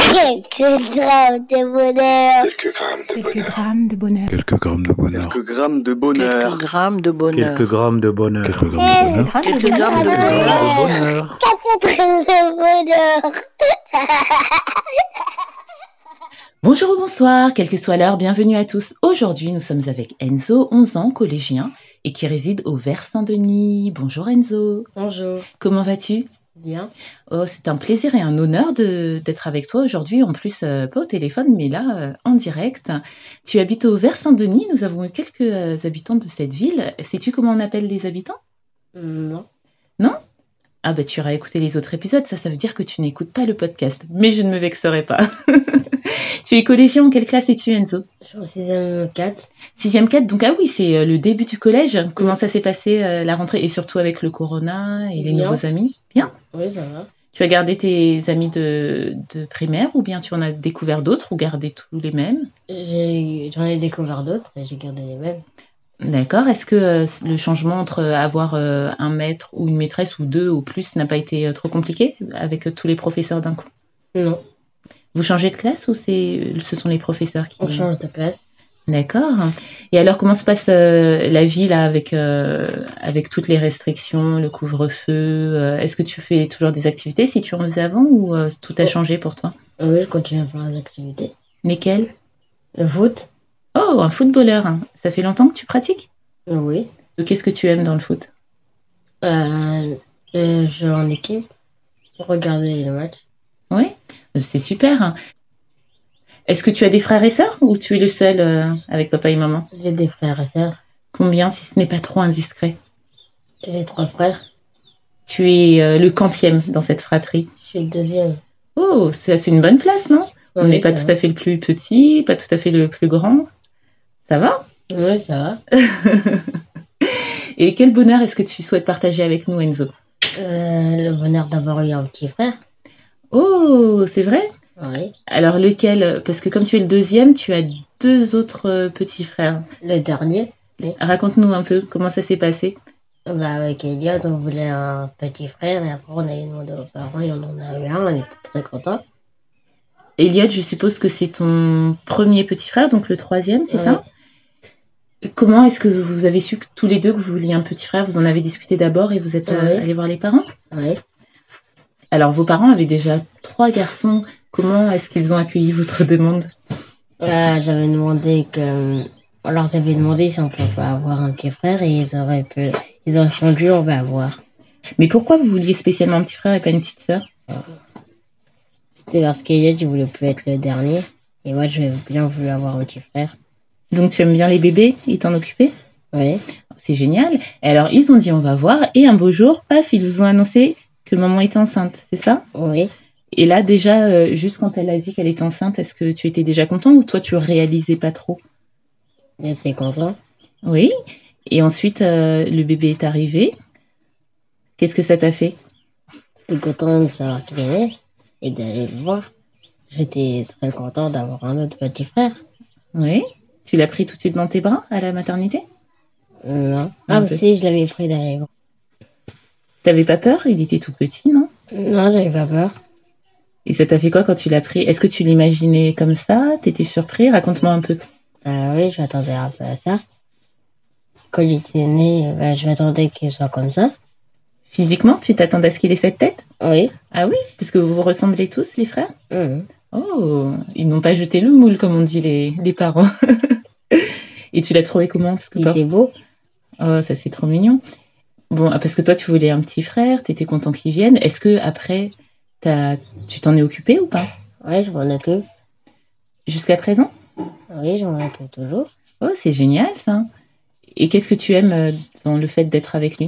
Quelques grammes de bonheur. Quelques grammes de Quelques bonheur. grammes de bonheur. Quelques grammes de bonheur. Quelques grammes de bonheur. Quelques grammes de bonheur. Quelques grammes de bonheur. Quelques Quelques grammes de bonheur. bonheur. 4 grammes de bonheur. Bonjour ou bonsoir, quelle que soit l'heure, bienvenue à tous. Aujourd'hui, nous sommes avec Enzo, 11 ans, collégien, et qui réside au Vers-Saint-Denis. Bonjour Enzo. Bonjour. Comment vas-tu ? Bien. Oh, c'est un plaisir et un honneur d'être avec toi aujourd'hui, en plus, pas au téléphone, mais là, en direct. Tu habites au Vers-Saint-Denis, nous avons eu quelques habitants de cette ville. Sais-tu comment on appelle les habitants ? Non. Non ? Ah bah tu auras écouté les autres épisodes, ça veut dire que tu n'écoutes pas le podcast, mais je ne me vexerai pas. Tu es collégien, en quelle classe es-tu Enzo ? Je suis en 6e 4. 6e 4, donc ah oui, c'est le début du collège. Comment ça s'est passé la rentrée, et surtout avec le corona et les Bien. nouveaux amis ? Bien. Oui, ça va. Tu as gardé tes amis de primaire, ou bien tu en as découvert d'autres, ou gardé tous les mêmes ? J'en ai découvert d'autres et j'ai gardé les mêmes. D'accord. Est-ce que le changement entre avoir un maître ou une maîtresse ou deux ou plus n'a pas été trop compliqué avec tous les professeurs d'un coup ? Non. Vous changez de classe ou ce sont les professeurs qui... On change de classe. D'accord. Et alors, comment se passe la vie là avec toutes les restrictions, le couvre-feu Est-ce que tu fais toujours des activités si tu en faisais avant, ou tout a changé pour toi ? Oui, je continue à faire des activités. Lesquelles ? Le foot. Oh, un footballeur. Ça fait longtemps que tu pratiques ? Oui. Qu'est-ce que tu aimes dans le foot ? Jouer en équipe. Regarder les matchs. Oui, c'est super. Est-ce que tu as des frères et sœurs, ou tu es le seul avec papa et maman ? J'ai des frères et sœurs. Combien, si ce n'est pas trop indiscret ? J'ai 3 frères. Tu es le quantième dans cette fratrie ? Je suis le 2e. Oh, c'est une bonne place, non ? On Oui, n'est pas ça tout va. à fait le plus petit, pas tout à fait le plus grand. Ça va ? Oui, ça va. Et quel bonheur est-ce que tu souhaites partager avec nous, Enzo ? Le bonheur d'avoir eu un petit frère. Oh, c'est vrai ? Oui. Alors lequel ? Parce que comme tu es le 2e, tu as 2 autres petits frères. Le dernier. Raconte-nous un peu comment ça s'est passé. Avec Elliot, on voulait un petit frère et après on a demandé aux parents et on en a eu un. On était très contents. Elliot, je suppose que c'est ton premier petit frère, donc le 3e, c'est Ouais. ça ? Comment est-ce que vous avez su que tous les deux que vous vouliez un petit frère ? Vous en avez discuté d'abord et vous êtes Ouais. allés voir les parents ? Oui. Alors, vos parents avaient déjà 3 garçons. Comment est-ce qu'ils ont accueilli votre demande ? J'avais demandé que... On leur avait demandé si on pouvait pas avoir un petit frère et ils auraient répondu on va avoir. Mais pourquoi vous vouliez spécialement un petit frère et pas une petite sœur ? C'était parce qu'Eliot, il voulait plus être le dernier. Et moi, j'avais bien voulu avoir un petit frère. Donc, tu aimes bien les bébés ? Ils t'en occupaient ? Oui. C'est génial. Et alors, ils ont dit on va voir. Et un beau jour, paf, ils vous ont annoncé que maman était enceinte, c'est ça ? Oui. Et là, déjà, juste quand elle a dit qu'elle était enceinte, est-ce que tu étais déjà content, ou toi, tu réalisais pas trop ? J'étais content. Oui. Et ensuite, le bébé est arrivé. Qu'est-ce que ça t'a fait ? J'étais content de savoir qu'il est né et d'aller le voir. J'étais très content d'avoir un autre petit frère. Oui. Tu l'as pris tout de suite dans tes bras à la maternité ? Non. Un peu. Si, je l'avais pris dans les bras. T'avais pas peur ? Il était tout petit, non ? Non, j'avais pas peur. Et ça t'a fait quoi quand tu l'as pris ? Est-ce que tu l'imaginais comme ça ? T'étais surpris ? Raconte-moi un peu. Oui, je m'attendais un peu à ça. Quand il était né, je m'attendais qu'il soit comme ça. Physiquement, tu t'attendais à ce qu'il ait cette tête ? Oui. Ah oui ? Parce que vous vous ressemblez tous, les frères ? Mhm. Oh, ils n'ont pas jeté le moule, comme on dit les parents. Et tu l'as trouvé comment ? Parce que Il était beau. Oh, ça c'est trop mignon. Bon, parce que toi, tu voulais un petit frère, t'étais content qu'il vienne. Est-ce que après, tu t'en es occupé ou pas ? Oui, je m'en occupe. Jusqu'à présent ? Oui, je m'en occupe toujours. Oh, c'est génial ça. Et qu'est-ce que tu aimes dans le fait d'être avec lui ?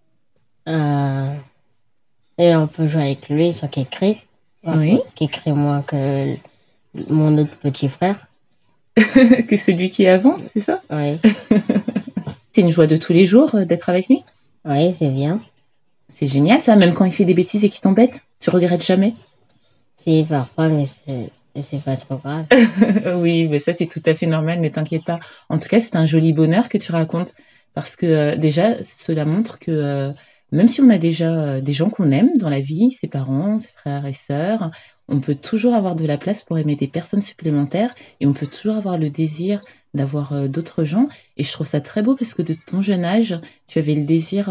Et on peut jouer avec lui sans qu'il crie. Oui. Qu'il crie moins que mon autre petit frère. Que celui qui est avant, c'est ça ? Oui. C'est une joie de tous les jours d'être avec lui ? Oui, c'est bien. C'est génial ça, même quand il fait des bêtises et qu'il t'embête, tu regrettes jamais ? Si, parfois, mais c'est pas trop grave. Oui, mais ça c'est tout à fait normal, ne t'inquiète pas. En tout cas, c'est un joli bonheur que tu racontes, parce que déjà, cela montre que même si on a déjà des gens qu'on aime dans la vie, ses parents, ses frères et sœurs, on peut toujours avoir de la place pour aimer des personnes supplémentaires et on peut toujours avoir le désir d'avoir d'autres gens. Et je trouve ça très beau parce que de ton jeune âge, tu avais le désir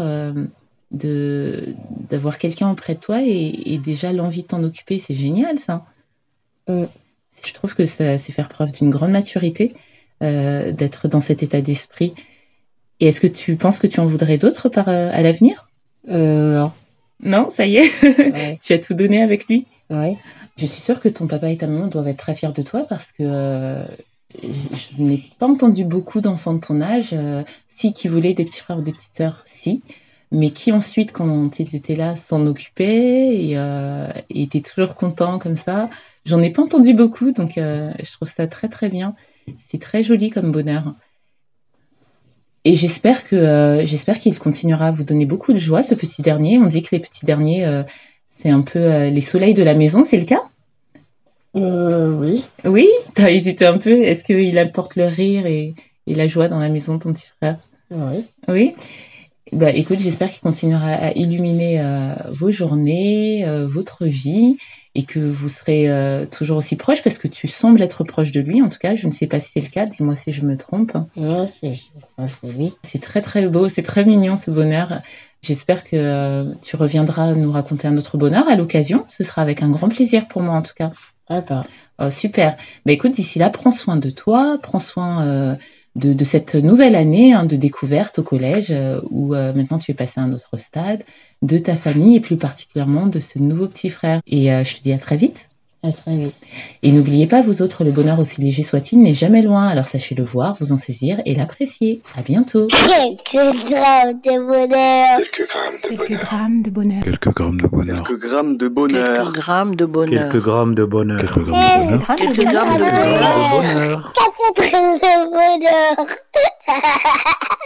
d'avoir quelqu'un auprès de toi et déjà l'envie de t'en occuper. C'est génial, ça. Mm. Je trouve que c'est faire preuve d'une grande maturité d'être dans cet état d'esprit. Et est-ce que tu penses que tu en voudrais d'autres à l'avenir? Non. Non, ça y est, Ouais. tu as tout donné avec lui. Ouais. Je suis sûre que ton papa et ta maman doivent être très fiers de toi parce que je n'ai pas entendu beaucoup d'enfants de ton âge, si qui voulaient des petits frères ou des petites sœurs, si, mais qui ensuite, quand ils étaient là, s'en occupaient et étaient toujours contents comme ça. J'en ai pas entendu beaucoup, donc je trouve ça très très bien. C'est très joli comme bonheur. Et j'espère qu'il continuera à vous donner beaucoup de joie, ce petit dernier. On dit que les petits derniers, c'est un peu les soleils de la maison, c'est le cas? Oui. Oui, t'as hésité un peu. Est-ce qu'il apporte le rire et la joie dans la maison, ton petit frère? Oui. Oui. Bah, écoute, j'espère qu'il continuera à illuminer vos journées, votre vie, et que vous serez toujours aussi proches, parce que tu sembles être proche de lui. En tout cas, je ne sais pas si c'est le cas. Dis-moi si je me trompe. Non, c'est lui. C'est très très beau, c'est très mignon ce bonheur. J'espère que tu reviendras nous raconter un autre bonheur à l'occasion. Ce sera avec un grand plaisir pour moi en tout cas. D'accord. Oh, super. Bah, écoute, d'ici là, prends soin de toi, prends soin de cette nouvelle année de découverte au collège où maintenant tu es passé à un autre stade, de ta famille et plus particulièrement de ce nouveau petit frère. Et je te dis à très vite. À très vite. Et n'oubliez pas, vous autres, le bonheur aussi léger soit-il n'est jamais loin. Alors sachez le voir, vous en saisir et l'apprécier. À bientôt. Quelques grammes de bonheur. Quelques grammes de bonheur. Quelques grammes de bonheur. Quelques grammes de bonheur. Quelques grammes de bonheur. Quelques grammes de bonheur. Quelques grammes de bonheur. Quelques grammes de Quelques bonheur. grammes de bonheur. 4 grammes de bonheur.